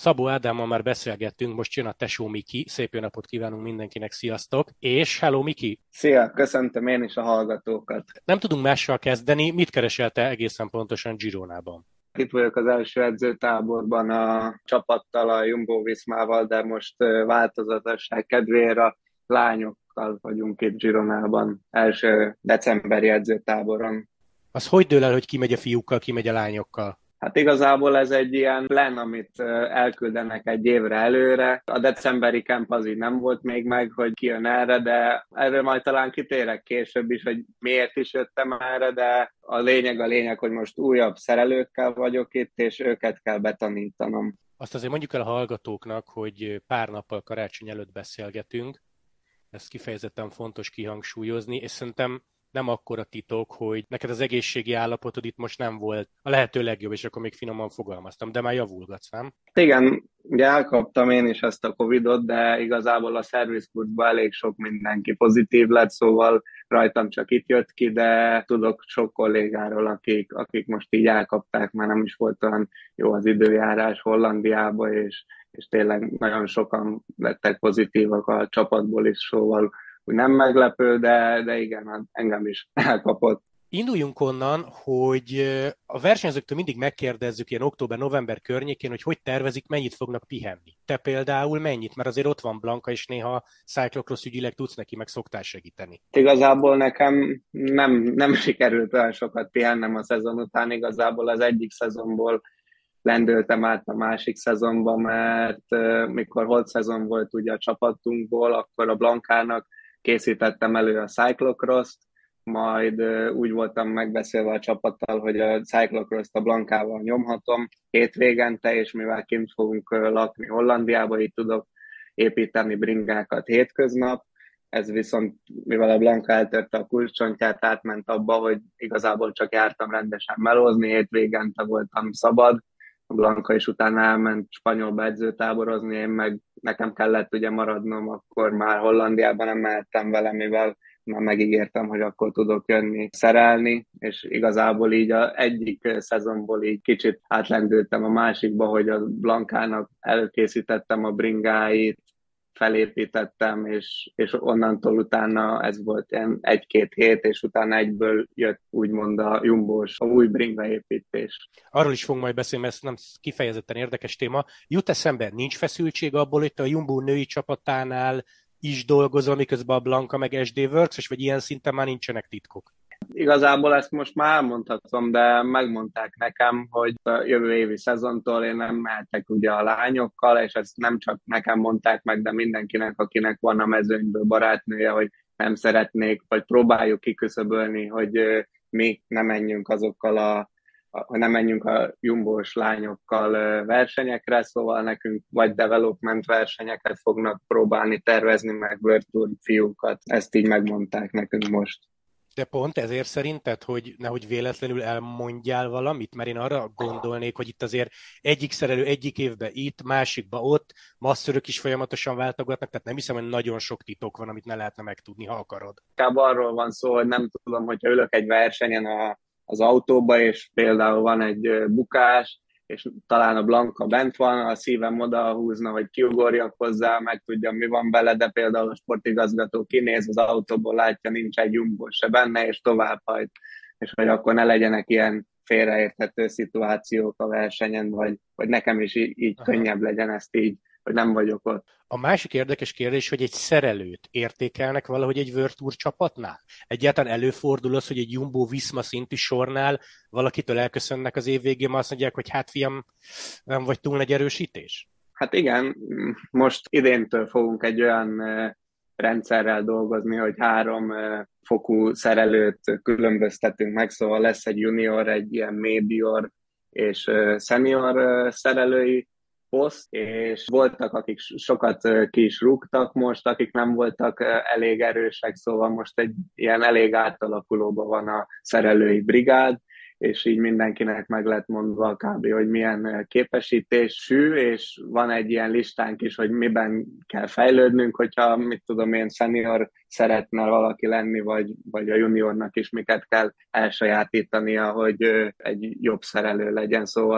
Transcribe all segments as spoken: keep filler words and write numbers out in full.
Szabó Ádámmal már beszélgettünk, most jön a tesó Miki, szép jó napot kívánunk mindenkinek, sziasztok, és hello Miki! Szia, köszöntöm én is a hallgatókat. Nem tudunk mással kezdeni, mit keresel te egészen pontosan Gironában? Itt vagyok az első edzőtáborban a csapattal, a Jumbo-Viszmával, de most változatosság kedvére a lányokkal vagyunk itt Gironában, első decemberi edzőtáboron. Az hogy dől el, hogy ki megy a fiúkkal, ki megy a lányokkal? Hát igazából ez egy ilyen plan, amit elküldenek egy évre előre. A decemberi kemp az így nem volt még meg, hogy ki jön erre, de erről majd talán kitérek később is, hogy miért is jöttem erre, de a lényeg a lényeg, hogy most újabb szerelőkkel vagyok itt, és őket kell betanítanom. Azt azért mondjuk el a hallgatóknak, hogy pár nappal karácsony előtt beszélgetünk, ezt kifejezetten fontos kihangsúlyozni, és szerintem nem akkora titok, hogy neked az egészségi állapotod itt most nem volt a lehető legjobb, és akkor még finoman fogalmaztam, de már javulgatsz, nem? Igen, ugye elkaptam én is ezt a Covidot, de igazából a szervizkurzban elég sok mindenki pozitív lett, szóval rajtam csak itt jött ki, de tudok sok kollégáról, akik, akik most így elkapták, mert nem is volt olyan jó az időjárás Hollandiába, és, és tényleg nagyon sokan lettek pozitívak a csapatból is, szóval úgy nem meglepő, de, de igen, hát engem is elkapott. Induljunk onnan, hogy a versenyzőktől mindig megkérdezzük ilyen október-november környékén, hogy hogy tervezik, mennyit fognak pihenni. Te például mennyit? Mert azért ott van Blanka, és néha cyclocross ügyileg tudsz neki, meg szoktál segíteni. Igazából nekem nem, nem sikerült olyan sokat pihennem a szezon után, igazából az egyik szezonból lendültem át a másik szezonba, mert uh, mikor holt szezon volt ugye a csapatunkból, akkor a Blankának készítettem elő a cyclocross-t, majd uh, úgy voltam megbeszélve a csapattal, hogy a cyclocross-t a Blankával nyomhatom hétvégente, és mivel kint fogunk uh, lakni Hollandiába, így tudok építeni bringákat hétköznap. Ez viszont, mivel a Blanka eltörte a kulcscsontját, átment abba, hogy igazából csak jártam rendesen melózni, hétvégente voltam szabad, a Blanka is utána elment spanyolba edzőtáborozni, én meg nekem kellett ugye maradnom, akkor már Hollandiában nem mehettem vele, mivel már megígértem, hogy akkor tudok jönni szerelni, és igazából így a egyik szezonból így kicsit átlendültem a másikba, hogy a Blankának előkészítettem a bringáit, felépítettem, és, és onnantól utána ez volt ilyen egy-két hét, és utána egyből jött úgymond a jumbós, a új bringaépítés. Arról is fogunk majd beszélni, mert ez nem kifejezetten érdekes téma. Jut eszembe, nincs feszültség abból, hogy te a Jumbo női csapatánál is dolgozol, miközben a Blanka meg es dé Works, és vagy ilyen szinten már nincsenek titkok? Igazából ezt most már elmondhatom, de megmondták nekem, hogy a jövő évi szezontól én nem mehetek ugye a lányokkal, és ezt nem csak nekem mondták meg, de mindenkinek, akinek van a mezőnyből barátnője, hogy nem szeretnék, vagy próbáljuk kiküszöbölni, hogy mi nem menjünk azokkal a hogy nem menjünk a jumbós lányokkal versenyekre, szóval nekünk vagy development versenyeket fognak próbálni tervezni, meg World Tour fiúkat. Ezt így megmondták nekünk most. De pont ezért szerinted, hogy nehogy véletlenül elmondjál valamit? Mert én arra gondolnék, hogy itt azért egyik szerelő egyik évben itt, másikba ott, masszörök is folyamatosan váltogatnak, tehát nem hiszem, hogy nagyon sok titok van, amit ne lehetne megtudni, ha akarod. Inkább arról van szó, hogy nem tudom, hogyha ülök egy versenyen a, az autóba, és például van egy bukás, és talán a Blanka bent van, a szívem oda húzna, hogy kiugorjak hozzá, meg tudjam, mi van bele, de például a sportigazgató kinéz az autóból, látja, nincs egy Jumbo se benne, és tovább hajt. És hogy akkor ne legyenek ilyen félreérthető szituációk a versenyen, vagy, vagy nekem is így, így könnyebb legyen ezt így, hogy nem vagyok ott. A másik érdekes kérdés, hogy egy szerelőt értékelnek valahogy egy World Tour csapatnál? Egyáltalán előfordul az, hogy egy Jumbo-Viszma szintű sornál valakitől elköszönnek az év végén, azt mondják, hogy hát fiam, nem vagy túl nagy erősítés? Hát igen, most idéntől fogunk egy olyan rendszerrel dolgozni, hogy három fokú szerelőt különböztetünk meg, szóval lesz egy junior, egy ilyen médior és senior szerelői poszt, és voltak, akik sokat ki is rúgtak most, akik nem voltak elég erősek, szóval most egy ilyen elég átalakulóban van a szerelői brigád, és így mindenkinek meg lett mondva kb. Hogy milyen képesítésű, és van egy ilyen listánk is, hogy miben kell fejlődnünk, hogyha, mit tudom én, senior szeretne valaki lenni, vagy, vagy a juniornak is miket kell elsajátítania, hogy egy jobb szerelő legyen. Szóval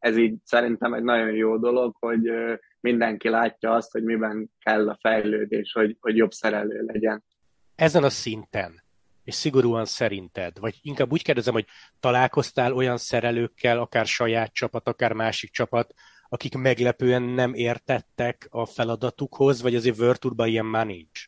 ez így szerintem egy nagyon jó dolog, hogy mindenki látja azt, hogy miben kell a fejlődés, hogy, hogy jobb szerelő legyen. Ezen a szinten, és szigorúan szerinted, vagy inkább úgy kérdezem, hogy találkoztál olyan szerelőkkel, akár saját csapat, akár másik csapat, akik meglepően nem értettek a feladatukhoz, vagy azért World Tourban ilyen már nincs?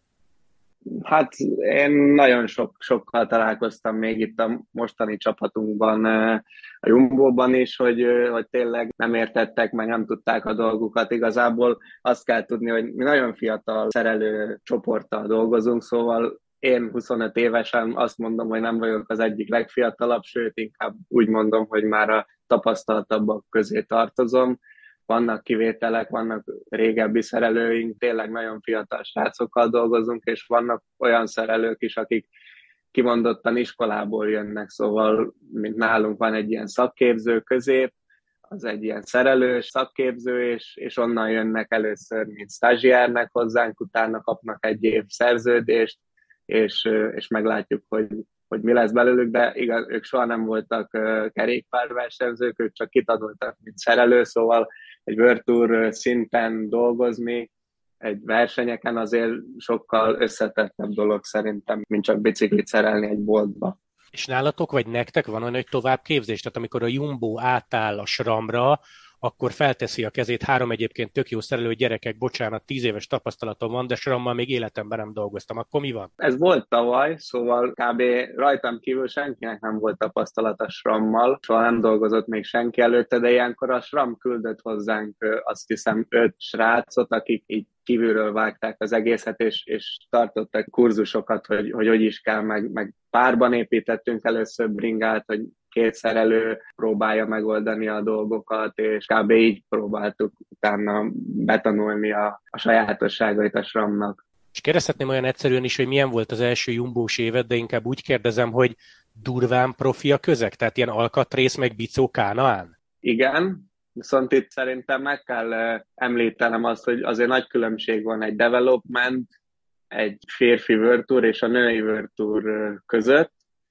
Hát én nagyon sok, sokkal találkoztam még itt a mostani csapatunkban, a Jumbo-ban is, hogy, hogy tényleg nem értettek, meg nem tudták a dolgukat. Igazából azt kell tudni, hogy mi nagyon fiatal szerelő csoporttal dolgozunk, szóval én huszonöt évesen azt mondom, hogy nem vagyok az egyik legfiatalabb, sőt, inkább úgy mondom, hogy már a tapasztaltabbak közé tartozom. Vannak kivételek, vannak régebbi szerelőink, tényleg nagyon fiatal srácokkal dolgozunk, és vannak olyan szerelők is, akik kimondottan iskolából jönnek, szóval mint nálunk van egy ilyen szakképző közép, az egy ilyen szerelős szakképző, és, és onnan jönnek először, mint stázsiárnek hozzánk, utána kapnak egy év szerződést, és, és meglátjuk, hogy, hogy mi lesz belőlük, de igaz, ők soha nem voltak kerékpárversenyzők, ők csak kitanultak, mint szerelő, szóval egy World Tour szinten dolgozni, egy versenyeken azért sokkal összetettebb dolog szerintem, mint csak biciklit szerelni egy boltba. És nálatok, vagy nektek van olyan, hogy továbbképzés? Tehát amikor a Jumbo átáll a SRAM-ra, akkor felteszi a kezét három egyébként tök jó szerelő gyerekek, bocsánat, tíz éves tapasztalatom van, de SRAM-mal még életemben nem dolgoztam. Akkor mi van? Ez volt tavaly, szóval kb. Rajtam kívül senkinek nem volt tapasztalata SRAM-mal, soha nem dolgozott még senki előtte, de ilyenkor a SRAM küldött hozzánk azt hiszem öt srácot, akik így kívülről vágták az egészet, és, és tartottak kurzusokat, hogy, hogy hogy is kell, meg, meg párban építettünk először bringát, hogy két szerelő próbálja megoldani a dolgokat, és kb. Így próbáltuk utána betanulni a, a sajátosságait a SRAM-nak. És kérdezhetném olyan egyszerűen is, hogy milyen volt az első jumbós évet, de inkább úgy kérdezem, hogy durván profi a közeg? Tehát ilyen alkatrész meg Bicó Kánaán? Igen, viszont itt szerintem meg kell említenem azt, hogy azért nagy különbség van egy development, egy férfi World Tour és a női World Tour között.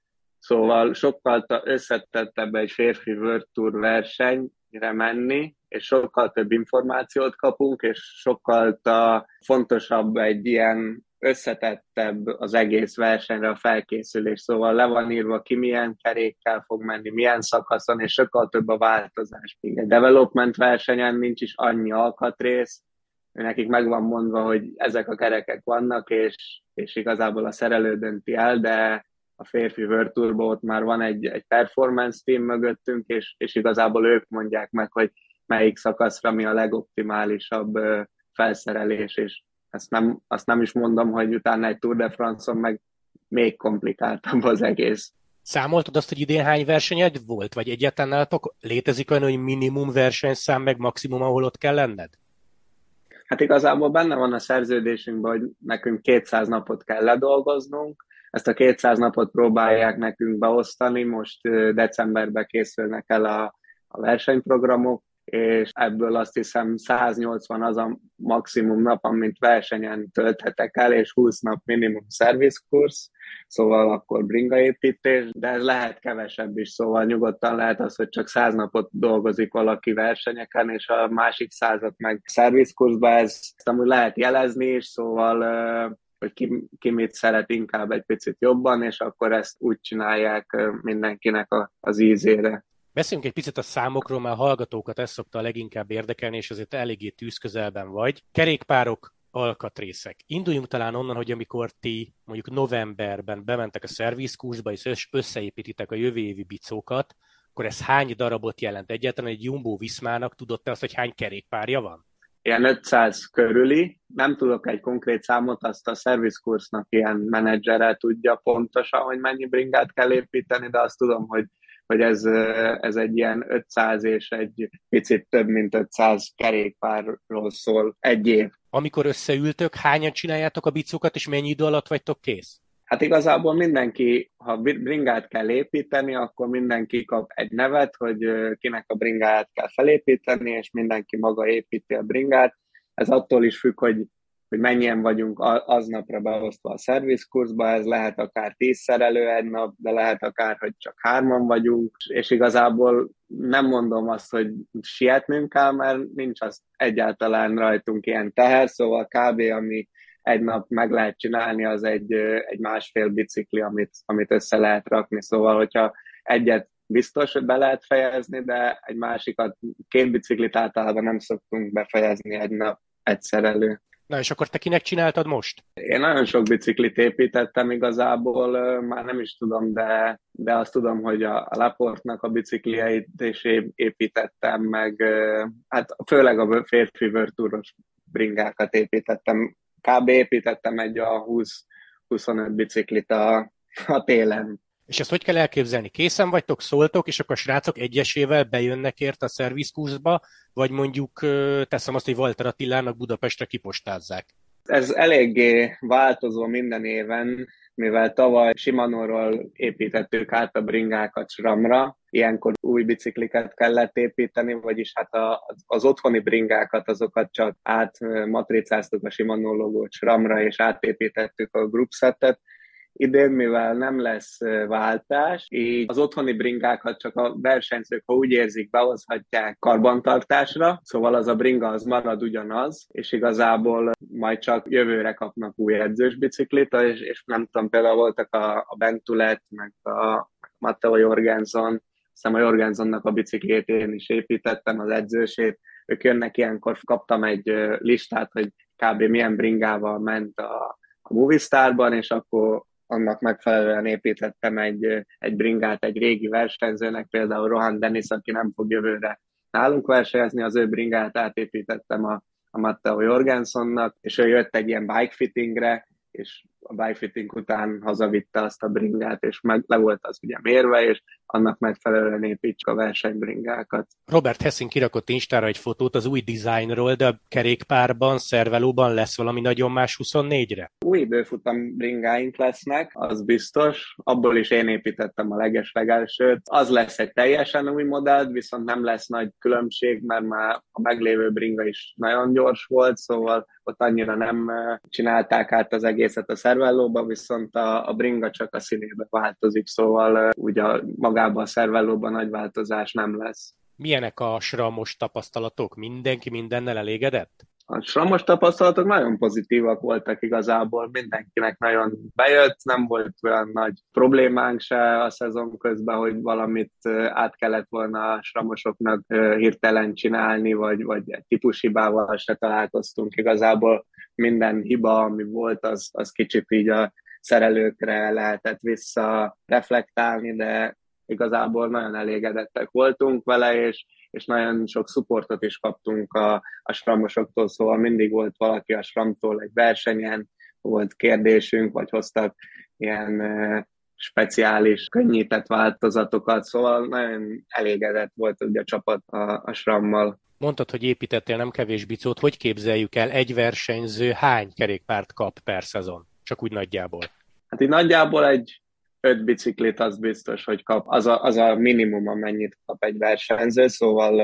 Szóval sokkal összetettebb egy férfi World Tour versenyre menni, és sokkal több információt kapunk, és sokkal fontosabb egy ilyen összetettebb az egész versenyre a felkészülés. Szóval le van írva ki, milyen kerékkel fog menni, milyen szakaszon, és sokkal több a változás. Egy development versenyen nincs is annyi alkatrész, nekik meg van mondva, hogy ezek a kerekek vannak, és, és igazából a szerelő dönti el, de a férfi World Tourban ott már van egy, egy performance team mögöttünk, és, és igazából ők mondják meg, hogy melyik szakaszra mi a legoptimálisabb felszerelés, és ezt nem, azt nem is mondom, hogy utána egy Tour de France-on meg még komplikáltabb az egész. Számoltad azt, hogy idén hány versenyed volt? Vagy egyáltalán nálatok létezik olyan, hogy minimum versenyszám, meg maximum, ahol ott kell lenned? Hát igazából benne van a szerződésünkben, hogy nekünk kétszáz napot kell ledolgoznunk, ezt a kétszáz napot próbálják nekünk beosztani, most decemberben készülnek el a, a versenyprogramok, és ebből azt hiszem száznyolcvan az a maximum nap, amit versenyen tölthetek el, és húsz nap minimum szervizkursz, szóval akkor bringaépítés, de ez lehet kevesebb is, szóval nyugodtan lehet az, hogy csak száz napot dolgozik valaki versenyeken, és a másik százat meg szervizkurzba, ezt amúgy lehet jelezni is, szóval hogy ki, ki mit szeret inkább egy picit jobban, és akkor ezt úgy csinálják mindenkinek a, az ízére. Beszéljünk egy picit a számokról, már hallgatókat ez szokta a leginkább érdekelni, és azért eléggé tűzközelben vagy. Kerékpárok, alkatrészek. Induljunk talán onnan, hogy amikor ti mondjuk novemberben bementek a szervizkurzba, és összeépítitek a jövő évi bicókat, akkor ez hány darabot jelent? Egyáltalán egy Jumbo Viszmának tudod te azt, hogy hány kerékpárja van? Ilyen ötszáz körüli, nem tudok egy konkrét számot, azt a szervizkurznak ilyen menedzsere tudja pontosan, hogy mennyi bringát kell építeni, de azt tudom, hogy, hogy ez, ez egy ilyen ötszáz és egy picit több, mint ötszáz kerékpárról szól egy év. Amikor összeültök, hányan csináljátok a bicókat, és mennyi idő alatt vagytok kész? Hát igazából mindenki, ha bringát kell építeni, akkor mindenki kap egy nevet, hogy kinek a bringáját kell felépíteni, és mindenki maga építi a bringát. Ez attól is függ, hogy hogy mennyien vagyunk aznapra beosztva a szervizkurzba, ez lehet akár tíz szerelő egy nap, de lehet akár, hogy csak hárman vagyunk, és igazából nem mondom azt, hogy sietnünk kell, mert nincs az egyáltalán rajtunk ilyen teher, szóval kb. Ami egy nap meg lehet csinálni, az egy, egy másfél bicikli, amit, amit össze lehet rakni, szóval hogyha egyet biztos, hogy be lehet fejezni, de egy másikat, két biciklit általában nem szoktunk befejezni egy nap egyszer elő. Na és akkor te kinek csináltad most? Én nagyon sok biciklit építettem igazából, már nem is tudom, de, de azt tudom, hogy a, a Laportnak a biciklieit is építettem, meg hát főleg a férfi vörtúros bringákat építettem. Kb. Építettem egy a húsz-huszonöt biciklit a, a télen. És ezt hogy kell elképzelni? Készen vagytok, szóltok, és akkor a srácok egyesével bejönnek ért a szervizkurzba, vagy mondjuk teszem azt, hogy Walter Attilának Budapestre kipostázzák? Ez eléggé változó minden éven, mivel tavaly Shimanoról építettük át a bringákat SRAM-ra, ilyenkor új bicikliket kellett építeni, vagyis hát a, az otthoni bringákat, azokat csak átmatricáztuk a Shimano logót SRAM-ra, és átépítettük a groupsetet. Idén, mivel nem lesz váltás, így az otthoni bringákat csak a versenyzők, ha úgy érzik, behozhatják karbantartásra, szóval az a bringa az marad ugyanaz, és igazából majd csak jövőre kapnak új edzős biciklit, és, és nem tudom, például voltak a, a Bentulet, meg a Matteo Jorgenson, aztán a Jorgensonnak a bicikliét én is építettem, az edzősét, ők jönnek ilyenkor, kaptam egy listát, hogy kb. Milyen bringával ment a, a Movistarban, és akkor annak megfelelően építettem egy, egy bringát egy régi versenyzőnek, például Rohan Dennis, aki nem fog jövőre nálunk versenyezni, az ő bringát átépítettem a, a Matteo Jorgensonnak, és ő jött egy ilyen bike fittingre, és a bike fitting után hazavitte azt a bringát, és meg, le volt az ugye mérve, és annak megfelelően építsük a versenybringákat. Robert Hessing kirakott Instára egy fotót az új dizájnról, de a kerékpárban, szervelóban lesz valami nagyon más huszonnégyre? Új időfutam bringáink lesznek, az biztos. Abból is én építettem a leges-legelsőt. Az lesz egy teljesen új modell, viszont nem lesz nagy különbség, mert már a meglévő bringa is nagyon gyors volt, szóval ott annyira nem csinálták át az egészet a szervellóba, viszont a, a bringa csak a színébe változik, szóval ugye magában a szervellóban nagy változás nem lesz. Milyenek a SRAM-os tapasztalatok? Mindenki mindennel elégedett? A SRAM-os tapasztalatok nagyon pozitívak voltak igazából, mindenkinek nagyon bejött, nem volt olyan nagy problémánk se a szezon közben, hogy valamit át kellett volna a SRAM-osoknak hirtelen csinálni, vagy, vagy egy típushibával se találkoztunk. Igazából minden hiba, ami volt, az, az kicsit így a szerelőkre lehetett visszareflektálni, de igazából nagyon elégedettek voltunk vele, és, és nagyon sok supportot is kaptunk a, a SRAM-osoktól, szóval mindig volt valaki a SRAM-tól egy versenyen, volt kérdésünk, vagy hoztak ilyen e, speciális, könnyített változatokat, szóval nagyon elégedett volt ugye a csapat a, a SRAM-mal. Mondtad, hogy építettél nem kevés bicót, hogy képzeljük el, egy versenyző hány kerékpárt kap per szezon? Csak úgy nagyjából. Hát így nagyjából egy öt biciklit az biztos, hogy kap. Az a, az a minimum, amennyit kap egy versenyző, szóval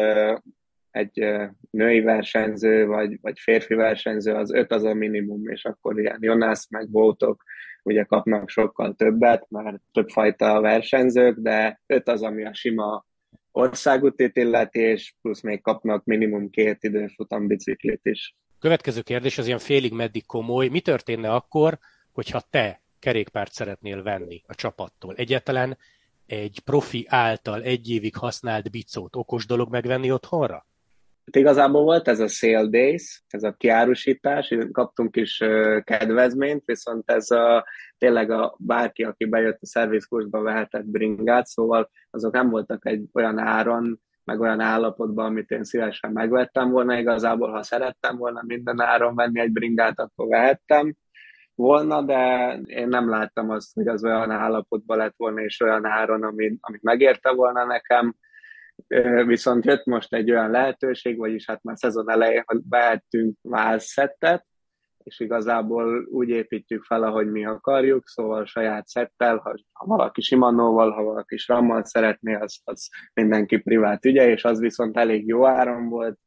egy női versenyző, vagy, vagy férfi versenyző, az öt az a minimum, és akkor ilyen Jonas meg Bótok ugye kapnak sokkal többet, mert többfajta versenyzők, de öt az, ami a sima országútit illeti, és plusz még kapnak minimum két időfutam biciklit is. Következő kérdés az ilyen félig meddig komoly. Mi történne akkor, hogyha te kerékpárt szeretnél venni a csapattól? Egyáltalán egy profi által egy évig használt bicót okos dolog megvenni otthonra? Hát igazából volt ez a Sale Days, ez a kiárusítás, kaptunk is kedvezményt, viszont ez a, tényleg a, bárki, aki bejött a szervizkurzba, vehetett bringát, szóval azok nem voltak egy olyan áron, meg olyan állapotban, amit én szívesen megvettem volna. Igazából, ha szerettem volna minden áron venni egy bringát, akkor vehettem volna, de én nem láttam azt, hogy az olyan állapotban lett volna, és olyan áron, amit, amit megérte volna nekem. Viszont jött most egy olyan lehetőség, vagyis hát már szezon elején, hogy vehettünk válszettet, és igazából úgy építjük fel, ahogy mi akarjuk, szóval saját szettel, ha, ha valaki Shimanoval, ha valaki SRAM-mal szeretné, az, az mindenki privát ügye, és az viszont elég jó áron volt,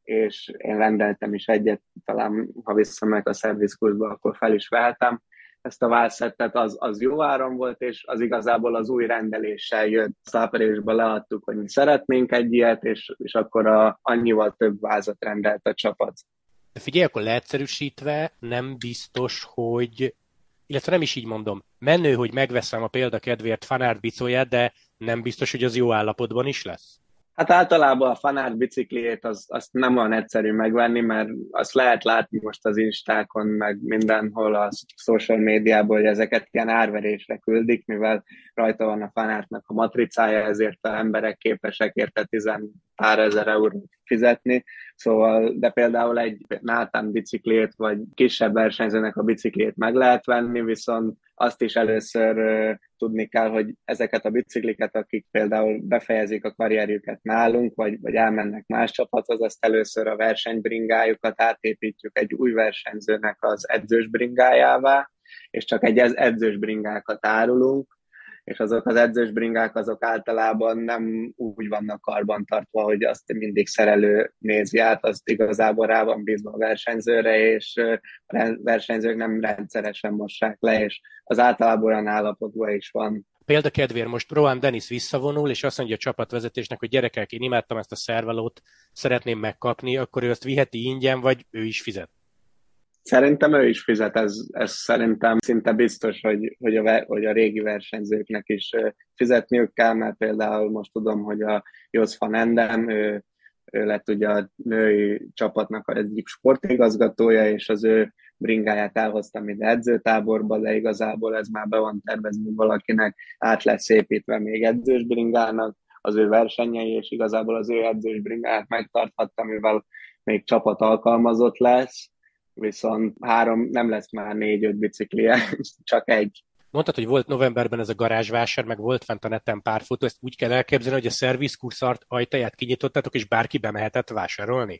és én rendeltem is egyet, talán ha visszamegyek a szervizkurzba, akkor fel is vehetem. Ezt a válszettet az, az jó áron volt, és az igazából az új rendeléssel jött. A áprilisba leadtuk, hogy mi szeretnénk egy ilyet, és, és akkor a, annyival több vázat rendelt a csapat. De figyelj, akkor leegyszerűsítve nem biztos, hogy, illetve nem is így mondom, menő, hogy megveszem a példa kedvéért Fanart bicóját, de nem biztos, hogy az jó állapotban is lesz. Hát általában a Fanart bicikliét az, azt nem olyan egyszerű megvenni, mert azt lehet látni most az Instákon, meg mindenhol a social médiában, hogy ezeket ilyen árverésre küldik, mivel rajta van a Fanartnak a matricája, ezért az emberek képesek érte tizen pár ezer eurót fizetni. Szóval, de például egy Nathan biciklét, vagy kisebb versenyzőnek a biciklét meg lehet venni, viszont azt is először uh, tudni kell, hogy ezeket a bicikliket, akik például befejezik a karrierjüket nálunk, vagy, vagy elmennek más csapathoz, azt először a versenybringájukat átépítjük egy új versenyzőnek az edzős bringájává, és csak egy edzős bringákat árulunk, és azok az edzős bringák azok általában nem úgy vannak karbantartva, hogy azt mindig szerelő nézi át, azt igazából rá van bízva a versenyzőre, és a versenyzők nem rendszeresen mossák le, és az általában olyan állapotban is van. Példa kedvéért most Rohan Dennis visszavonul, és azt mondja a csapatvezetésnek, hogy gyerekek, én imádtam ezt a szervelót, szeretném megkapni, akkor ő azt viheti ingyen, vagy ő is fizet? Szerintem ő is fizet, ez, ez szerintem szinte biztos, hogy, hogy, a, hogy a régi versenyzőknek is fizetniük kell, mert például most tudom, hogy a Jos van Enden, ő, ő lett ugye a női csapatnak egyik sportigazgatója, és az ő bringáját elhoztam ide edzőtáborba, de igazából ez már be van tervezni, valakinek át lesz építve még edzős bringának az ő versenyei, és igazából az ő edzős bringáját megtarthatta, mivel még csapat alkalmazott lesz, viszont három, nem lesz már négy-öt biciklie, csak egy. Mondtad, hogy volt novemberben ez a garázsvásár, meg volt fent a neten pár fotó, ezt úgy kell elképzelni, hogy a szervizkurszart ajtaját kinyitottátok, és bárki bemehetett vásárolni?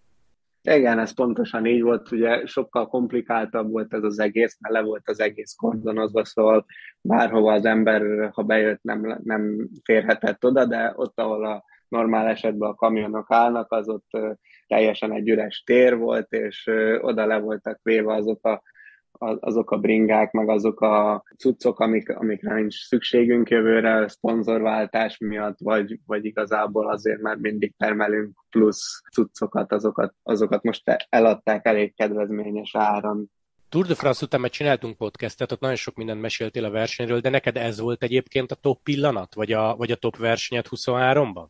Igen, ez pontosan így volt, ugye sokkal komplikáltabb volt ez az egész, mert le volt az egész kordonozva, szóval bárhova az ember, ha bejött, nem, nem férhetett oda, de ott, ahol a normál esetben a kamionok állnak, az ott teljesen egy üres tér volt, és oda le voltak véve azok a, azok a bringák, meg azok a cuccok, amik, amikre nincs szükségünk jövőre, szponzorváltás miatt, vagy, vagy igazából azért, mert mindig termelünk plusz cuccokat, azokat, azokat most eladták elég kedvezményes áron. Tour de France után már csináltunk podcastet, ott nagyon sok mindent meséltél a versenyről, de neked ez volt egyébként a top pillanat, vagy a, vagy a top versenyed huszonháromban?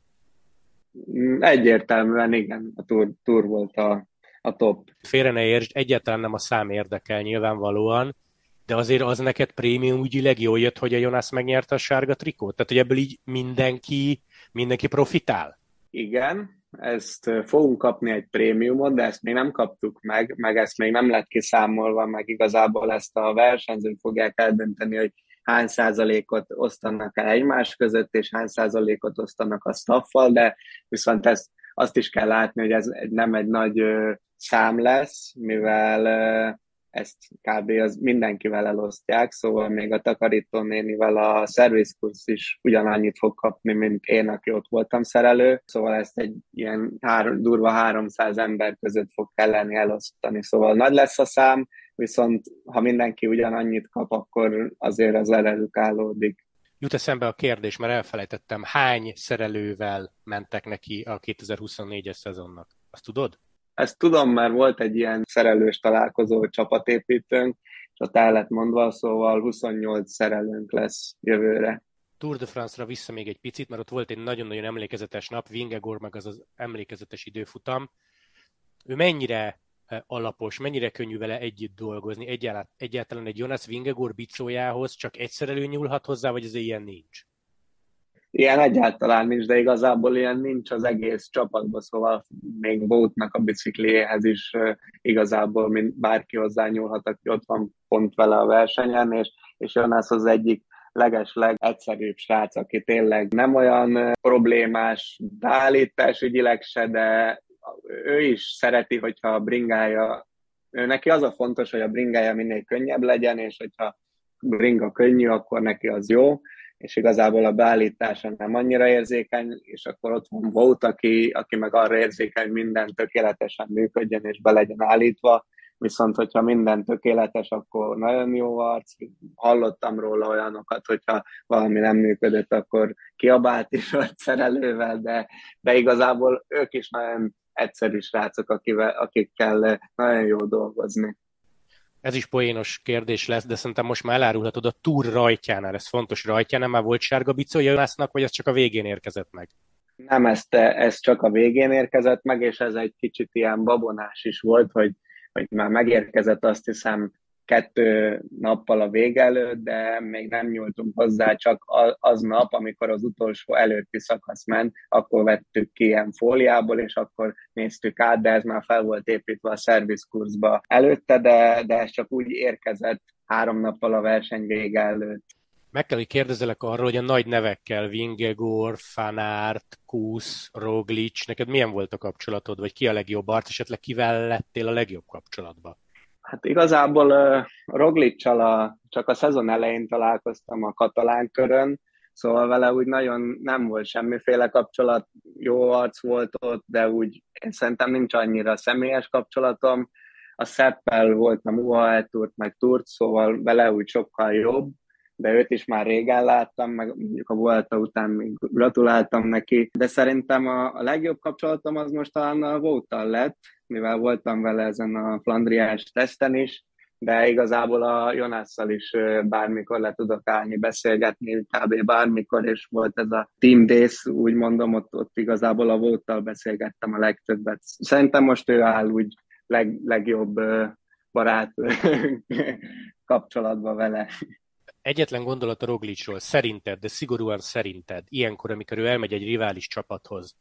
Egyértelműen igen, a Tour, tour volt a, a top. Félre ne értsd, egyáltalán nem a szám érdekel nyilvánvalóan, de azért az neked prémium ügyileg jól jött, hogy a Jonas megnyerte a sárga trikót? Tehát, hogy ebből így mindenki, mindenki profitál? Igen, ezt fogunk kapni egy prémiumot, de ezt még nem kaptuk meg, meg ezt még nem lett kiszámolva, meg igazából ezt a versenyzők fogják eldönteni, hogy hány százalékot osztanak el egymás között, és hány százalékot osztanak a staffal, de viszont ezt azt is kell látni, hogy ez nem egy nagy ö, szám lesz, mivel ö, ezt kb. Az mindenkivel elosztják, szóval még a takarítónénivel a szervizkursz is ugyanannyit fog kapni, mint én, aki ott voltam szerelő, szóval ezt egy ilyen három, durva háromszáz ember között fog kelleni elosztani, szóval nagy lesz a szám, viszont ha mindenki ugyanannyit kap, akkor azért az eredukálódik. Jut eszembe a kérdés, mert elfelejtettem, hány szerelővel mentek neki a kétezer-huszonnégyes szezonnak? Azt tudod? Ezt tudom, mert volt egy ilyen szerelős találkozó csapatépítőnk, és ott el lett mondva, szóval huszonnyolc szerelőnk lesz jövőre. Tour de France-ra vissza még egy picit, mert ott volt egy nagyon-nagyon emlékezetes nap, Vingegaard meg az az emlékezetes időfutam. Ő mennyire alapos, mennyire könnyű vele együtt dolgozni, egyáltalán, egyáltalán egy Jonas Vingegaard bicójához csak egy szerelő nyúlhat hozzá, vagy ez ilyen nincs? Ilyen egyáltalán nincs, de igazából ilyen nincs az egész csapatban, szóval még Boutnak a bicikliéhez is uh, igazából mint bárki hozzá nyúlhat, aki ott van pont vele a versenyen, és, és Jonas az egyik legesleg egyszerűbb srác, aki tényleg nem olyan uh, problémás beállítás ügyileg se, de ő is szereti, hogyha a bringája, ő neki az a fontos, hogy a bringája minél könnyebb legyen, és hogyha bringa könnyű, akkor neki az jó, és igazából a beállítása nem annyira érzékeny, és akkor ott van Wout, aki, aki meg arra érzékeny, hogy minden tökéletesen működjön és be legyen állítva, viszont hogyha minden tökéletes, akkor nagyon jó arc. Hallottam róla olyanokat, hogyha valami nem működött, akkor kiabált is volt szerelővel, de, de igazából ők is nagyon egyszerű srácok, akivel, akikkel nagyon jó dolgozni. Ez is poénos kérdés lesz, de szerintem most már elárulhatod a Tour rajtjánál, ez fontos rajtjánál, már volt sárga bicója Jonásznak, vagy ez csak a végén érkezett meg? Nem, ez, ez csak a végén érkezett meg, és ez egy kicsit ilyen babonás is volt, hogy, hogy már megérkezett, azt hiszem, kettő nappal a vége előtt, de még nem nyúltunk hozzá, csak az nap, amikor az utolsó előtti szakasz ment, akkor vettük ki ilyen fóliából, és akkor néztük át, de ez már fel volt építve a szervizkurzba előtte, de, de ez csak úgy érkezett három nappal a verseny vége előtt. Meg kell, hogy kérdezelek arról, hogy a nagy nevekkel, Vingegaard, Van Aert, Kusz, Roglic, neked milyen volt a kapcsolatod, vagy ki a legjobb arc, esetleg kivel lettél a legjobb kapcsolatban? Hát igazából uh, Roglic-csal a, csak a szezon elején találkoztam a katalán körön, szóval vele úgy nagyon nem volt semmiféle kapcsolat, jó arc volt ott, de úgy én szerintem nincs annyira személyes kapcsolatom. A Szeppel voltam u á é Tourt, meg Tourt, szóval vele úgy sokkal jobb, de őt is már régen láttam, meg mondjuk a Vuelta után még gratuláltam neki, de szerintem a, a legjobb kapcsolatom az most talán a Wout-tal lett, mivel voltam vele ezen a flandriás teszten is, de igazából a Jonásszal is bármikor le tudok állni, beszélgetni, kb. Bármikor, és volt ez a Team Days, úgy mondom, ott, ott igazából a Wout-tal beszélgettem a legtöbbet. Szerintem most ő áll úgy leg, legjobb barát kapcsolatban vele. Egyetlen gondolat a Roglicról, szerinted, de szigorúan szerinted, ilyenkor, amikor ő elmegy egy rivális csapathoz,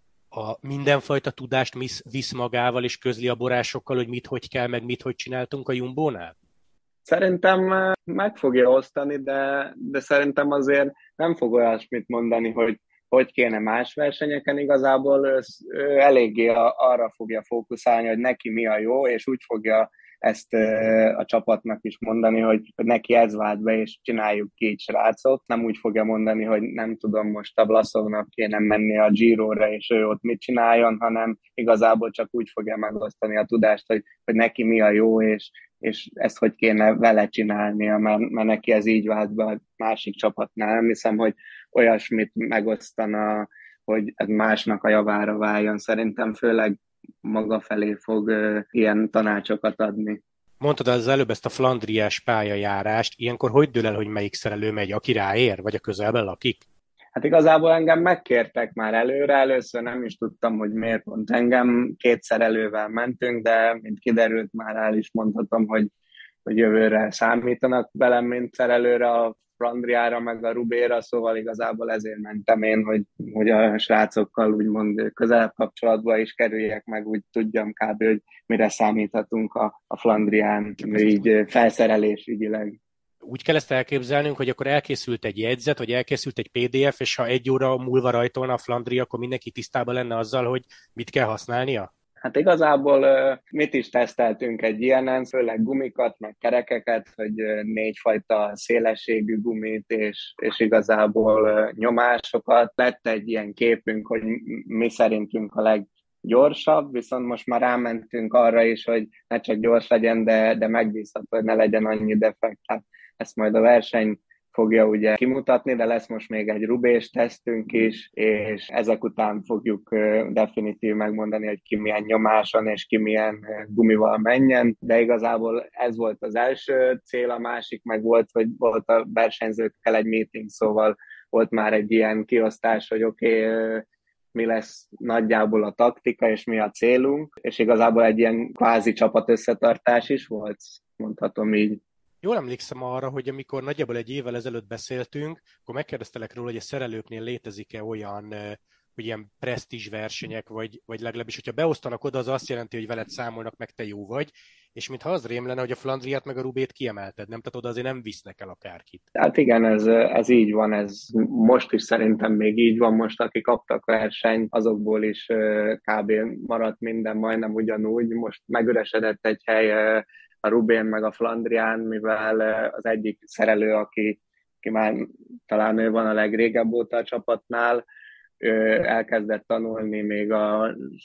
a mindenfajta tudást visz magával és közli a borásokkal, hogy mit, hogy kell, meg mit, hogy csináltunk a Jumbónál? Szerintem meg fogja osztani, de, de szerintem azért nem fog olyasmit mondani, hogy hogy kéne más versenyeken. Igazából ő, ő eléggé a, arra fogja fókuszálni, hogy neki mi a jó, és úgy fogja ezt a csapatnak is mondani, hogy, hogy neki ez vált be, és csináljuk ki így, srácok. Nem úgy fogja mondani, hogy nem tudom, most a Vlasovnak kéne menni a Giro-ra, és ő ott mit csináljon, hanem igazából csak úgy fogja megosztani a tudást, hogy, hogy neki mi a jó, és, és ezt hogy kéne vele csinálnia, mert, mert neki ez így vált be a másik csapatnál. Nem hiszem, hogy olyasmit megosztana, hogy ez másnak a javára váljon. Szerintem főleg maga felé fog uh, ilyen tanácsokat adni. Mondtad az előbb ezt a flandriás pályajárást, ilyenkor hogy dől el, hogy melyik szerelő megy, aki ráér, vagy a közelben lakik? Hát igazából engem megkértek már előre, először nem is tudtam, hogy miért pont engem, két szerelővel mentünk, de mint kiderült, már el is mondhatom, hogy, hogy jövőre számítanak velem, mint szerelőre a Flandriára, meg a Rubéra, szóval igazából ezért mentem én, hogy, hogy a srácokkal úgymond közelebb kapcsolatba is kerüljek, meg úgy tudjam kb. Hogy mire számíthatunk a, a Flandrián, így felszerelés ügyileg. Úgy kell ezt elképzelnünk, hogy akkor elkészült egy jegyzet, vagy elkészült egy pé dé ef, és ha egy óra múlva rajtolna a Flandria, akkor mindenki tisztában lenne azzal, hogy mit kell használnia? Hát igazából mit is teszteltünk egy ilyenen, főleg gumikat, meg kerekeket, hogy négyfajta szélességű gumit, és, és igazából nyomásokat. Lett egy ilyen képünk, hogy mi szerintünk a leggyorsabb, viszont most már rámentünk arra is, hogy ne csak gyors legyen, de, de megbízható, hogy ne legyen annyi defekt. Hát ezt majd a verseny fogja ugye kimutatni, de lesz most még egy rubés tesztünk is, és ezek után fogjuk definitív megmondani, hogy ki milyen nyomáson és ki milyen gumival menjen, de igazából ez volt az első cél, a másik meg volt, hogy volt a versenyzőkkel egy meeting, szóval volt már egy ilyen kiosztás, hogy oké, okay, mi lesz nagyjából a taktika, és mi a célunk, és igazából egy ilyen kvázi csapat összetartás is volt, mondhatom így. Jól emlékszem arra, hogy amikor nagyjából egy évvel ezelőtt beszéltünk, akkor megkérdeztelek róla, hogy a szerelőknél létezik-e olyan, hogy ilyen presztízs versenyek, vagy, vagy legalábbis, hogyha beosztanak oda, az azt jelenti, hogy veled számolnak, meg te jó vagy, és mintha az rém lenne, hogy a Flandriát meg a Rubét kiemelted, nem? Tehát oda azért nem visznek el akárkit. Hát igen, ez, ez így van, ez most is szerintem még így van, most akik kaptak versenyt, azokból is kb. Maradt minden majdnem ugyanúgy, most megüresedett egy hely a Rubén meg a Flandrián, mivel az egyik szerelő, aki aki már talán ő van a legrégebb óta a csapatnál, ő elkezdett tanulni még a,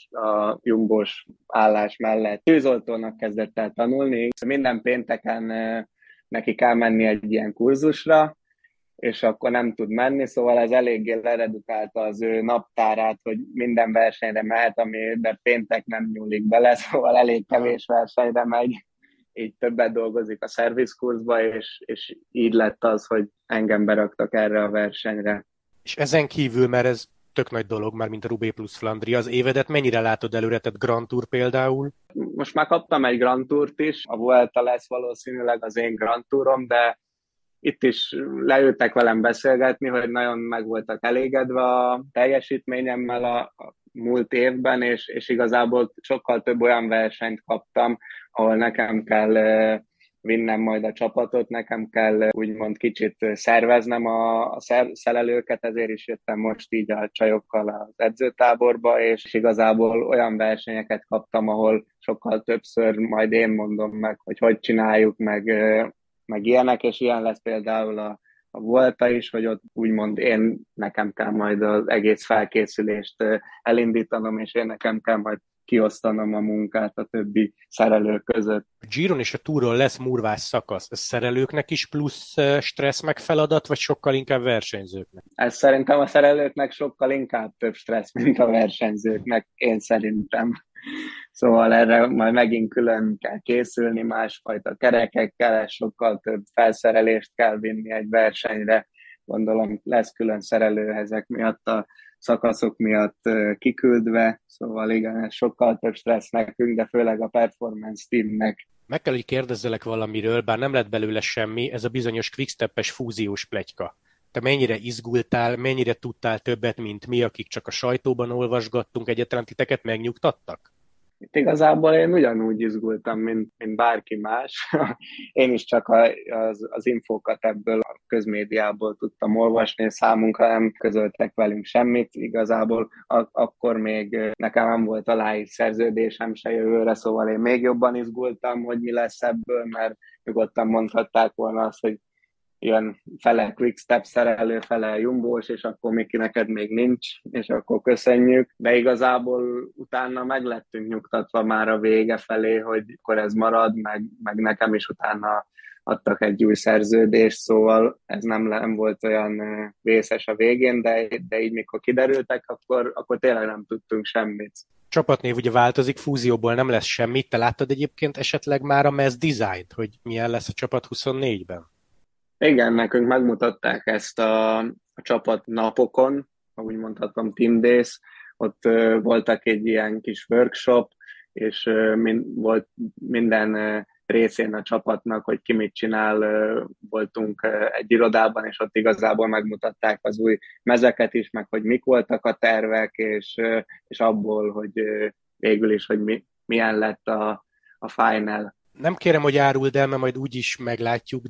a jumbos állás mellett. Tűzoltónak kezdett el tanulni. Minden pénteken neki kell menni egy ilyen kurzusra, és akkor nem tud menni, szóval ez eléggé leredukálta az ő naptárát, hogy minden versenyre mehet, amiben péntek nem nyúlik bele, szóval elég kevés versenyre megy, így többet dolgozik a szervizkurzba, és, és így lett az, hogy engem beraktak erre a versenyre. És ezen kívül, mert ez tök nagy dolog, már mint a Roubaix plus Flandria, az évedet mennyire látod előre, tehát Grand Tour például? Most már kaptam egy Grand Tourt is, a Vuelta lesz valószínűleg az én Grand Tourom, de itt is leültek velem beszélgetni, hogy nagyon meg voltak elégedve a teljesítményemmel a, a múlt évben, és, és igazából sokkal több olyan versenyt kaptam, ahol nekem kell vinnem majd a csapatot, nekem kell úgymond kicsit szerveznem a, a szerelőket, ezért is jöttem most így a csajokkal az edzőtáborba, és igazából olyan versenyeket kaptam, ahol sokkal többször majd én mondom meg, hogy hogy csináljuk, meg meg ilyenek, és ilyen lesz például a, a Vuelta is, hogy ott úgymond én nekem kell majd az egész felkészülést elindítanom, és én nekem kell majd kiosztanom a munkát a többi szerelők között. A Giron és a Touron lesz murvás szakasz. Ez szerelőknek is plusz stressz meg feladat, vagy sokkal inkább versenyzőknek? Ez szerintem a szerelőknek sokkal inkább több stressz, mint a versenyzőknek, én szerintem. Szóval erre majd megint külön kell készülni, másfajta kerekekkel, sokkal több felszerelést kell vinni egy versenyre. Gondolom lesz külön szerelő ezek miatt, a szakaszok miatt kiküldve, szóval igen, ez sokkal több stressz nekünk, de főleg a performance teamnek. Meg kell, hogy kérdezzelek valamiről, bár nem lett belőle semmi, ez a bizonyos quickstep-es fúziós pletyka. Te mennyire izgultál, mennyire tudtál többet, mint mi, akik csak a sajtóban olvasgattunk, egyáltalán titeket megnyugtattak? Itt igazából én ugyanúgy izgultam, mint, mint bárki más. Én is csak a, az, az infókat ebből a közmédiából tudtam olvasni, számunkra nem közöltek velünk semmit. Igazából a, akkor még nekem nem volt aláírt szerződésem se jövőre, szóval én még jobban izgultam, hogy mi lesz ebből, mert nyugodtan mondhatták volna azt, hogy jön fele Quickstep szerelő, fele Jumbós, és akkor Miki, neked még nincs, és akkor köszönjük. De igazából utána meg lettünk nyugtatva már a vége felé, hogy akkor ez marad, meg, meg nekem is utána adtak egy új szerződést, szóval ez nem, nem volt olyan vészes a végén, de, de így mikor kiderültek, akkor, akkor tényleg nem tudtunk semmit. Csapatnév ugye változik, fúzióból nem lesz semmit. Te láttad egyébként esetleg már a Mass Design-t, hogy milyen lesz a csapat huszonnégyben? Igen, nekünk megmutatták ezt a, a csapat napokon, ahogy mondhatom, Team Days, ott uh, voltak egy ilyen kis workshop, és uh, mind, volt minden uh, részén a csapatnak, hogy ki mit csinál, uh, voltunk uh, egy irodában, és ott igazából megmutatták az új mezeket is, meg hogy mik voltak a tervek, és, uh, és abból, hogy uh, végül is, hogy mi, milyen lett a, a final. Nem kérem, hogy áruld el, mert majd úgyis meglátjuk,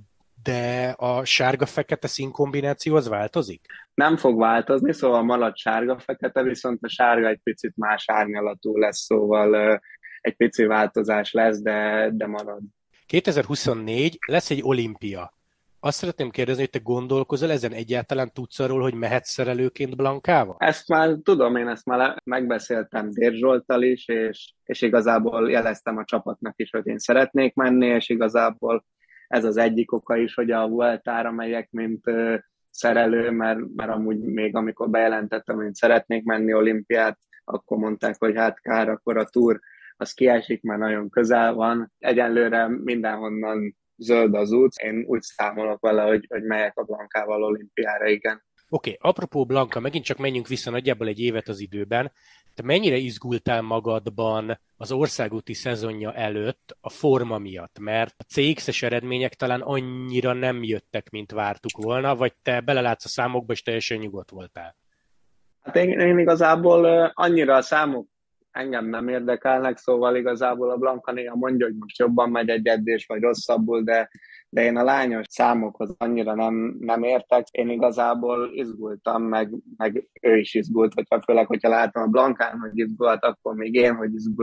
de a sárga-fekete színkombináció az változik? Nem fog változni, szóval marad sárga-fekete, viszont a sárga egy picit más árnyalatú lesz, szóval egy pici változás lesz, de, de marad. kétezer-huszonnégy lesz egy olimpia. Azt szeretném kérdezni, hogy te gondolkozol ezen, egyáltalán tudsz arról, hogy mehetsz szerelőként Blankával? Ezt már tudom, én ezt már megbeszéltem Dér Zsolttal is, és, és igazából jeleztem a csapatnak is, hogy én szeretnék menni, és igazából ez az egyik oka is, hogy a Vueltára megyek, mint uh, szerelő, mert, mert amúgy még amikor bejelentettem, hogy szeretnék menni olimpiát, akkor mondták, hogy hát kár, akkor a túr az kiesik, már nagyon közel van. Egyenlőre mindenhonnan zöld az út. Én úgy számolok vele, hogy, hogy megyek a Blankával olimpiára, igen. Oké, okay, apropó Blanka, megint csak menjünk vissza nagyjából egy évet az időben. Te mennyire izgultál magadban az országúti szezonja előtt a forma miatt? Mert a cé iksz-es eredmények talán annyira nem jöttek, mint vártuk volna, vagy te belelátsz a számokba, és teljesen nyugodt voltál? Hát én, én igazából annyira a számok engem nem érdekelnek, szóval igazából a Blanka néha mondja, hogy most jobban megy egy edzés, vagy rosszabbul, de, de én a lányos számokhoz annyira nem, nem értek. Én igazából izgultam, meg, meg ő is izgult, hogyha főleg, hogyha látom a Blankán, hogy izgult, akkor még én, hogy izgulok.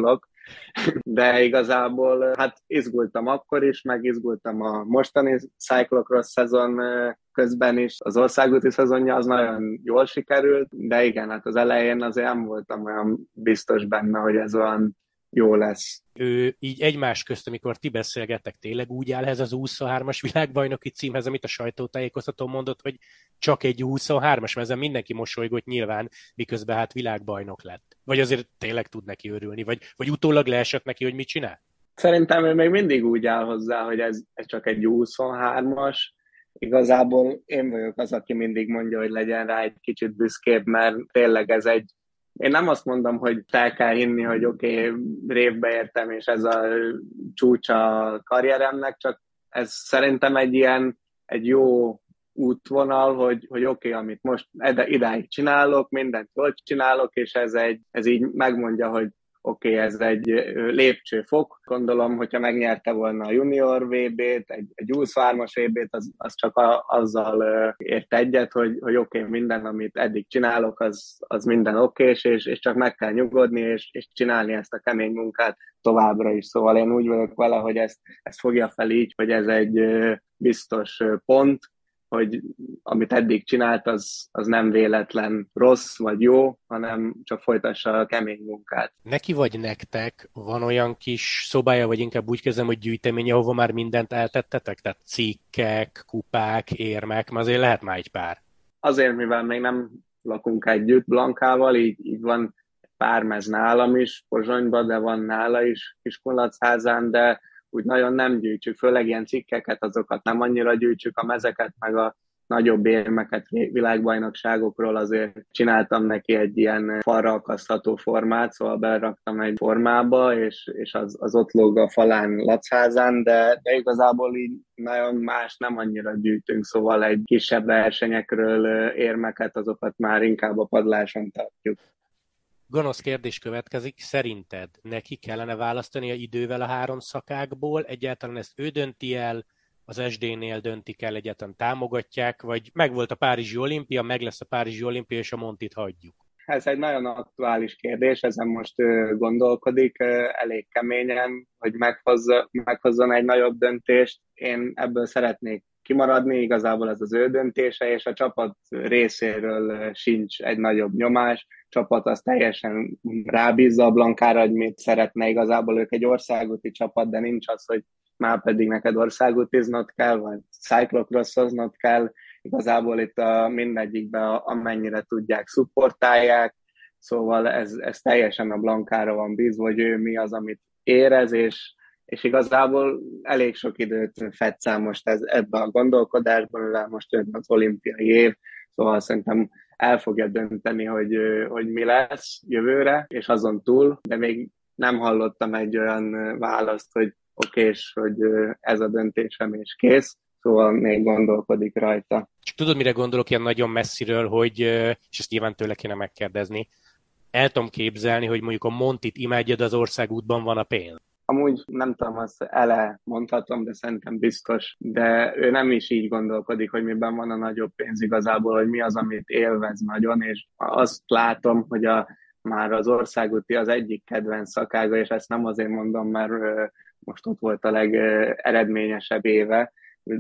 De igazából hát izgultam akkor is, meg izgultam a mostani cyclocross szezon közben is. Az országúti szezonja az nagyon jól sikerült, de igen, hát az elején azért nem voltam olyan biztos benne, hogy ez olyan jó lesz. Ő így egymás közt, amikor ti beszélgettek, tényleg úgy áll ez az U huszonhármas világbajnoki címhez, amit a sajtótájékoztató mondott, hogy csak egy U huszonhármas, mert ezen mindenki mosolygott nyilván, miközben hát világbajnok lett. Vagy azért tényleg tud neki örülni, vagy, vagy utólag leesett neki, hogy mit csinál? Szerintem ő még mindig úgy áll hozzá, hogy ez, ez csak egy U huszonhármas. Igazából én vagyok az, aki mindig mondja, hogy legyen rá egy kicsit büszkébb, mert tényleg ez egy, én nem azt mondom, hogy fel kell hinni, hogy oké, okay, révbe értem, és ez a csúcs a karrieremnek, csak ez szerintem egy ilyen, egy jó útvonal, hogy, hogy oké, okay, amit most idáig csinálok, mindent jól csinálok, és ez, egy, ez így megmondja, hogy oké, okay, ez egy lépcsőfok. Gondolom, hogyha megnyerte volna a junior vé bét, egy, egy U huszonhármas vé bét, az, az csak a, azzal ért egyet, hogy, hogy oké, okay, minden, amit eddig csinálok, az, az minden oké, és, és csak meg kell nyugodni, és, és csinálni ezt a kemény munkát továbbra is. Szóval én úgy vagyok vele, hogy ezt, ezt fogja fel így, hogy ez egy biztos pont, hogy amit eddig csinált, az, az nem véletlen rossz vagy jó, hanem csak folytassa a kemény munkát. Neki vagy nektek van olyan kis szobája, vagy inkább úgy kezdem, hogy gyűjteménye, ahova már mindent eltettetek? Tehát cikkek, kupák, érmek, mert azért lehet már egy pár. Azért, mivel még nem lakunk együtt Blankával, így, így van pár mez nálam is, Pozsonyban, de van nála is Kiskunlachházán, de úgy nagyon nem gyűjtsük, főleg ilyen cikkeket, azokat nem annyira gyűjtsük, a mezeket, meg a nagyobb érmeket világbajnokságokról azért csináltam neki egy ilyen falra akasztható formát, szóval beraktam egy formába, és, és az, az ott lóg a falán Lachházán, de, de igazából így nagyon más nem annyira gyűjtünk, szóval egy kisebb versenyekről érmeket, azokat már inkább a padláson tartjuk. Gonosz kérdés következik, szerinted neki kellene választania idővel a három szakákból? Egyáltalán ezt ő dönti el, az es dé-nél döntik el, egyáltalán támogatják, vagy megvolt a Párizsi olimpia, meg lesz a Párizsi olimpia, és a Montit hagyjuk? Ez egy nagyon aktuális kérdés, ezen most gondolkodik elég keményen, hogy meghozza, meghozzon egy nagyobb döntést. Én ebből szeretnék kimaradni, igazából ez az ő döntése, és a csapat részéről sincs egy nagyobb nyomás. A csapat az teljesen rábízza a Blankára, hogy mit szeretne. Igazából ők egy országúti csapat, de nincs az, hogy már pedig neked országútiznod kell, vagy cyclocrossoznod kell. Igazából itt a mindegyikben amennyire tudják, szupportálják, szóval ez, ez teljesen a Blankára van bízva, hogy ő mi az, amit érez, és, és igazából elég sok időt fetszál most ez, ebbe a gondolkodásban, mivel most jön az olimpiai év, szóval szerintem el fogja dönteni, hogy, hogy mi lesz jövőre, és azon túl, de még nem hallottam egy olyan választ, hogy oké, és hogy ez a döntésem, és kész. Szóval még gondolkodik rajta. Csak tudod, mire gondolok ilyen nagyon messziről, hogy, és ezt nyilván tőle kéne megkérdezni, el tudom képzelni, hogy mondjuk a Montit imádjad, az országútban van a pénz. Amúgy nem tudom, azt ele mondhatom, de szerintem biztos, de ő nem is így gondolkodik, hogy miben van a nagyobb pénz igazából, hogy mi az, amit élvez nagyon, és azt látom, hogy a, már az országúti az egyik kedvenc szakága, és ezt nem azért mondom, mert most ott volt a legeredményesebb éve,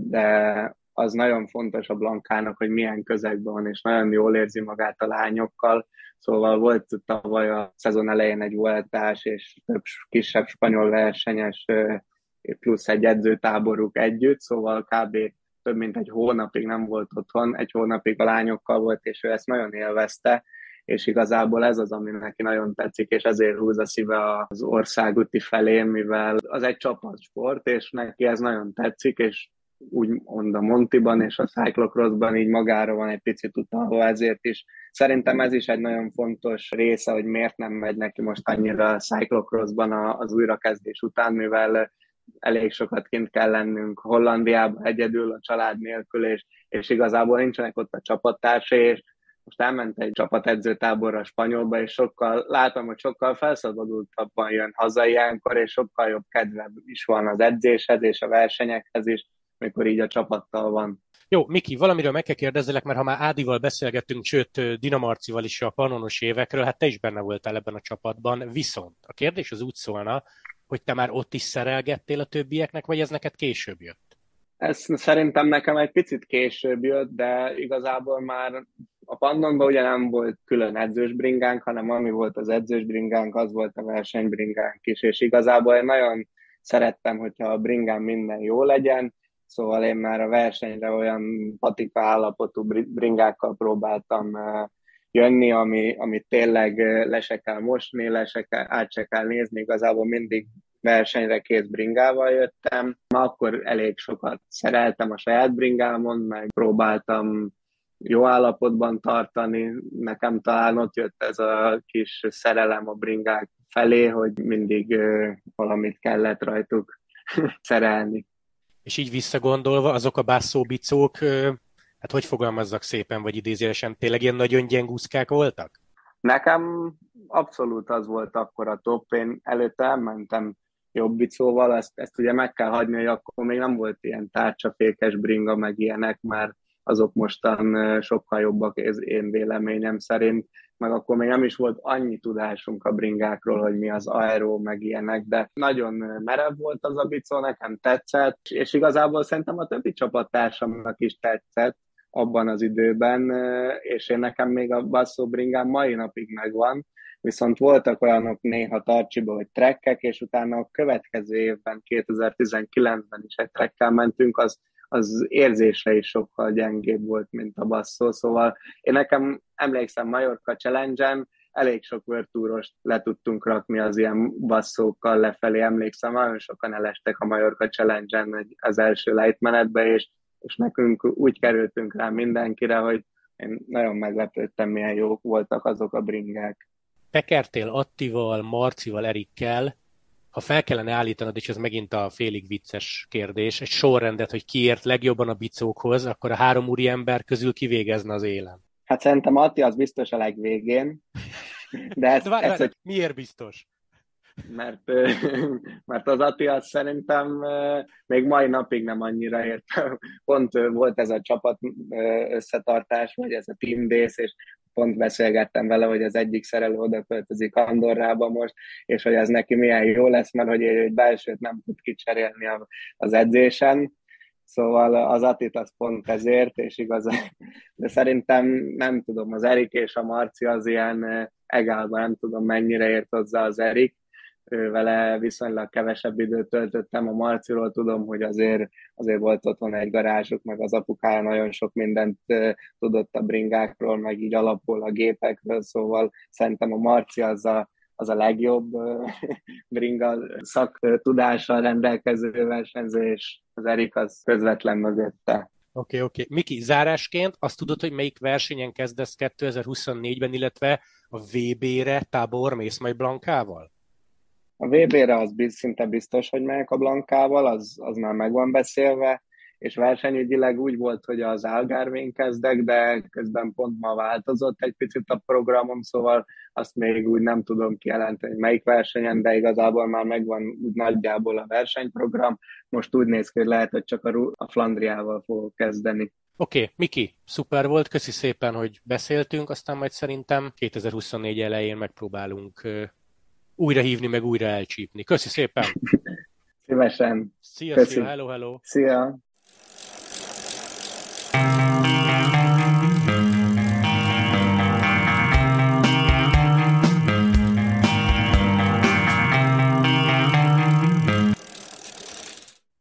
de az nagyon fontos a Blankának, hogy milyen közegben van, és nagyon jól érzi magát a lányokkal. Szóval volt tavaly a szezon elején egy vueltás, és több kisebb spanyol versenyes, plusz egy edzőtáboruk együtt, szóval kb. Több mint egy hónapig nem volt otthon, egy hónapig a lányokkal volt, és ő ezt nagyon élvezte, és igazából ez az, ami neki nagyon tetszik, és ezért húz a szíve az országúti felé, mivel az egy csapatsport, és neki ez nagyon tetszik, és úgymond a Montiban és a cyclocrossban így magára van egy picit utalva, ezért is szerintem ez is egy nagyon fontos része, hogy miért nem megy neki most annyira a cyclocrossban az újrakezdés után, mivel elég sokat kint kell lennünk Hollandiában egyedül, a család nélkül, és, és igazából nincsenek ott a csapattársai, és most elment egy csapatedzőtáborra Spanyolba, és sokkal, látom, hogy sokkal felszabadultabban jön haza ilyenkor, és sokkal jobb kedve is van az edzéshez és a versenyekhez is, mikor így a csapattal van. Jó, Miki, valamiről meg kell kérdezzelek, mert ha már Ádival beszélgettünk, sőt, Dina Marcival is a panonos évekről, hát te is benne voltál ebben a csapatban, viszont a kérdés az úgy szólna, hogy te már ott is szerelgettél a többieknek, vagy ez neked később jött? Ez szerintem nekem egy picit később jött, de igazából már a Pannonban ugye nem volt külön edzős bringánk, hanem ami volt az edzős bringánk, az volt a versenybringánk is, és igazából én nagyon szerettem, hogyha a bringán minden jó legyen, szóval én már a versenyre olyan patika állapotú bringákkal próbáltam eh, jönni, ami, amit tényleg eh, le se kell mosni, le se kell, át se kell nézni, igazából mindig versenyre kész bringával jöttem. Akkor elég sokat szereltem a saját bringámon, meg próbáltam jó állapotban tartani. Nekem talán ott jött ez a kis szerelem a bringák felé, hogy mindig uh, valamit kellett rajtuk szerelni. És így visszagondolva, azok a basszóbicók, hát hogy fogalmazzak szépen, vagy idézőjelesen, tényleg ilyen nagyon gyengúszkák voltak? Nekem abszolút az volt akkor a top. Én előtte elmentem jobbicóval, ezt, ezt ugye meg kell hagyni, hogy akkor még nem volt ilyen tárcsafékes bringa, meg ilyenek, már azok mostan sokkal jobbak, ez én véleményem szerint, meg akkor még nem is volt annyi tudásunk a bringákról, hogy mi az aero, meg ilyenek, de nagyon merev volt az a bicó, nekem tetszett, és igazából szerintem a többi csapattársamnak is tetszett abban az időben, és én nekem még a basszó bringám mai napig megvan, viszont voltak olyanok néha Tarcsiba, hogy trekkek, és utána a következő évben, kétezer-tizenkilencben is egy trekkel mentünk, az, az érzése is sokkal gyengébb volt, mint a basszó, szóval én nekem emlékszem Majorca Challenge-en, elég sok vörtúrost le tudtunk rakni az ilyen basszókkal lefelé, emlékszem, nagyon sokan elestek a Majorca Challenge-en az első lejtmenetbe, és, és nekünk úgy kerültünk rá mindenkire, hogy én nagyon meglepődtem, milyen jók voltak azok a bringák. Tekertél Attival, Marcival, Erikkel, ha fel kellene állítanod, és ez megint a félig vicces kérdés, egy sorrendet, hogy ki ért legjobban a bicókhoz, akkor a három úriember közül kivégezne az élen. Hát szerintem Atti az biztos a legvégén, de ez, de várj, ez várj, hogy... miért biztos? Mert, mert az Atti az szerintem még mai napig nem annyira ért. Pont volt ez a csapat összetartás, vagy ez a team days, és pont beszélgettem vele, hogy az egyik szerelő oda költözik Andorrába most, és hogy ez neki milyen jó lesz, mert hogy egy belsőt nem tud kicserélni az edzésen. Szóval az Attit az pont ezért, és igaz, de szerintem nem tudom, az Erik és a Marci az ilyen egálban, nem tudom mennyire ért hozzá az Erik, ő vele viszonylag kevesebb időt töltöttem, a Marciról tudom, hogy azért, azért volt otthon egy garázsuk, meg az apukája nagyon sok mindent tudott a bringákról, meg így alapból a gépekről, szóval szerintem a Marci az a, az a legjobb bringa szaktudással rendelkező versenyző, és az Erik az közvetlen mögötte. Oké, okay, oké. Okay. Miki, zárásként azt tudod, hogy melyik versenyen kezdesz kétezer-huszonnégyben, illetve a vé bé-re tábor mész majd Blankával? A vé bé-re az szinte biztos, hogy megyek a Blankával, az, az már meg van beszélve, és versenyügyileg úgy volt, hogy az Algarvén kezdek, de közben pont ma változott egy picit a programom, szóval azt még úgy nem tudom kijelenteni, hogy melyik versenyen, de igazából már megvan úgy nagyjából a versenyprogram. Most úgy néz ki, hogy lehet, hogy csak a, a Flandriával fogok kezdeni. Oké, okay, Miki, szuper volt, köszi szépen, hogy beszéltünk, aztán majd szerintem kétezer-huszonnégy elején megpróbálunk újra hívni, meg újra elcsípni. Köszi szépen! Szívesen! Szia, Köszi. szia, hello, hello! Szia!